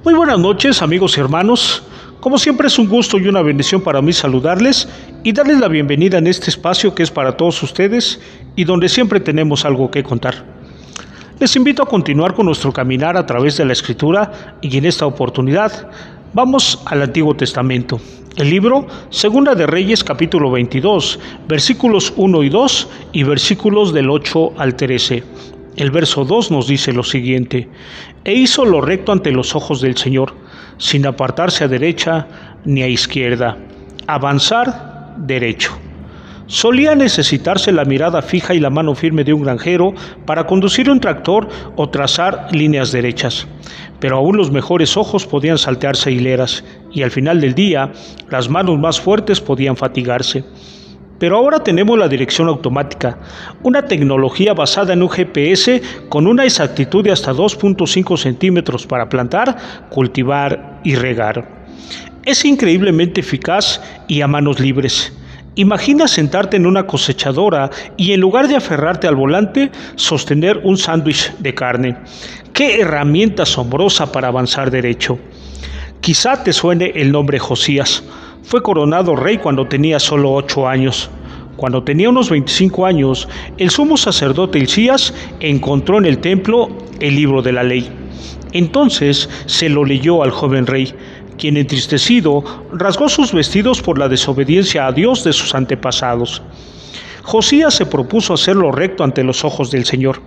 Muy buenas noches, amigos y hermanos. Como siempre es un gusto y una bendición para mí saludarles y darles la bienvenida en este espacio que es para todos ustedes y donde siempre tenemos algo que contar. Les invito a continuar con nuestro caminar a través de la Escritura y en esta oportunidad vamos al Antiguo Testamento. El libro Segunda de Reyes, capítulo 22, versículos 1 y 2 y versículos del 8 al 13. El verso 2 nos dice lo siguiente: E hizo lo recto ante los ojos del Señor, sin apartarse a derecha ni a izquierda, avanzar derecho. Solía necesitarse la mirada fija y la mano firme de un granjero para conducir un tractor o trazar líneas derechas, pero aún los mejores ojos podían saltearse hileras, y al final del día, las manos más fuertes podían fatigarse. Pero ahora tenemos la dirección automática, una tecnología basada en un GPS con una exactitud de hasta 2.5 centímetros para plantar, cultivar y regar. Es increíblemente eficaz y a manos libres. Imagina sentarte en una cosechadora y en lugar de aferrarte al volante, sostener un sándwich de carne. ¡Qué herramienta asombrosa para avanzar derecho! Quizá te suene el nombre Josías. Fue coronado rey cuando tenía solo 8 años. Cuando tenía unos 25 años, el sumo sacerdote Hilcías encontró en el templo el libro de la ley. Entonces se lo leyó al joven rey, quien entristecido rasgó sus vestidos por la desobediencia a Dios de sus antepasados. Josías se propuso hacer lo recto ante los ojos del Señor.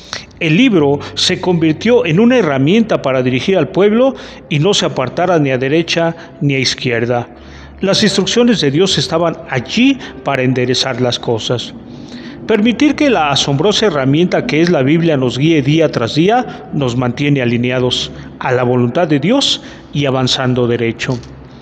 El libro se convirtió en una herramienta para dirigir al pueblo y no se apartara ni a derecha ni a izquierda. Las instrucciones de Dios estaban allí para enderezar las cosas. Permitir que la asombrosa herramienta que es la Biblia nos guíe día tras día nos mantiene alineados a la voluntad de Dios y avanzando derecho.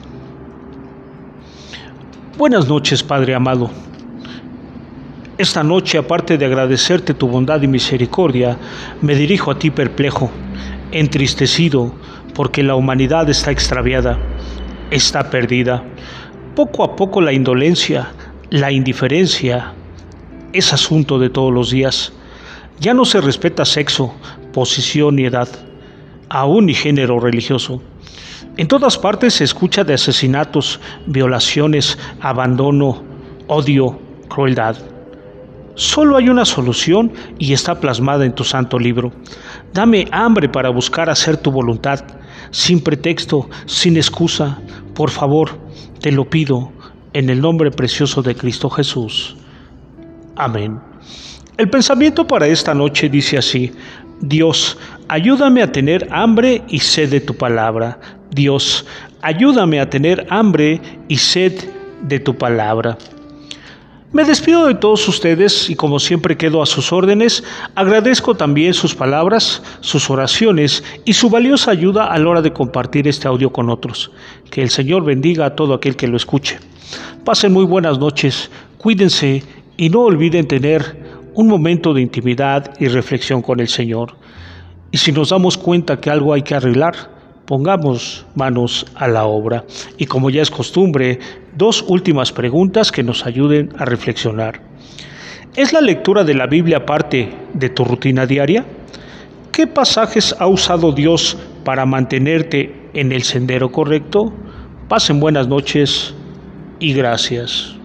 Buenas noches, Padre amado. Esta noche, aparte de agradecerte tu bondad y misericordia, me dirijo a ti perplejo, entristecido, porque la humanidad está extraviada, está perdida. Poco a poco la indolencia, la indiferencia, es asunto de todos los días. Ya no se respeta sexo, posición ni edad, aún ni género religioso. En todas partes se escucha de asesinatos, violaciones, abandono, odio, crueldad. Solo hay una solución y está plasmada en tu santo libro. Dame hambre para buscar hacer tu voluntad, sin pretexto, sin excusa. Por favor, te lo pido, en el nombre precioso de Cristo Jesús. Amén. El pensamiento para esta noche dice así: Dios, ayúdame a tener hambre y sed de tu palabra. Dios, ayúdame a tener hambre y sed de tu palabra. Me despido de todos ustedes y como siempre quedo a sus órdenes. Agradezco también sus palabras, sus oraciones y su valiosa ayuda a la hora de compartir este audio con otros. Que el Señor bendiga a todo aquel que lo escuche. Pasen muy buenas noches, cuídense y no olviden tener un momento de intimidad y reflexión con el Señor. Y si nos damos cuenta que algo hay que arreglar, pongamos manos a la obra. Y como ya es costumbre, 2 últimas preguntas que nos ayuden a reflexionar. ¿Es la lectura de la Biblia parte de tu rutina diaria? ¿Qué pasajes ha usado Dios para mantenerte en el sendero correcto? Pasen buenas noches y gracias.